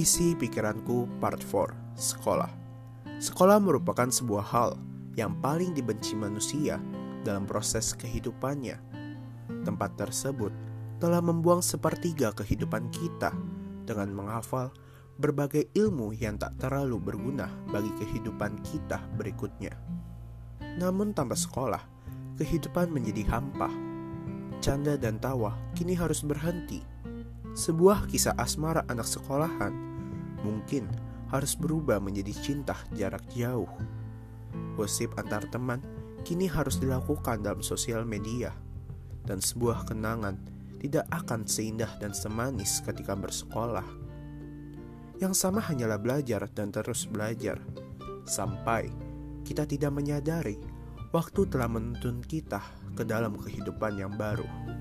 Isi pikiranku part 4. Sekolah. Sekolah merupakan sebuah hal yang paling dibenci manusia dalam proses kehidupannya. Tempat tersebut telah membuang sepertiga kehidupan kita dengan menghafal berbagai ilmu yang tak terlalu berguna bagi kehidupan kita berikutnya. Namun tanpa sekolah, kehidupan menjadi hampa. Canda dan tawa kini harus berhenti. Sebuah kisah asmara anak sekolahan mungkin harus berubah menjadi cinta jarak jauh. Gosip antar teman kini harus dilakukan dalam sosial media. Dan sebuah kenangan tidak akan seindah dan semanis ketika bersekolah. Yang sama hanyalah belajar dan terus belajar, sampai kita tidak menyadari waktu telah menuntun kita ke dalam kehidupan yang baru.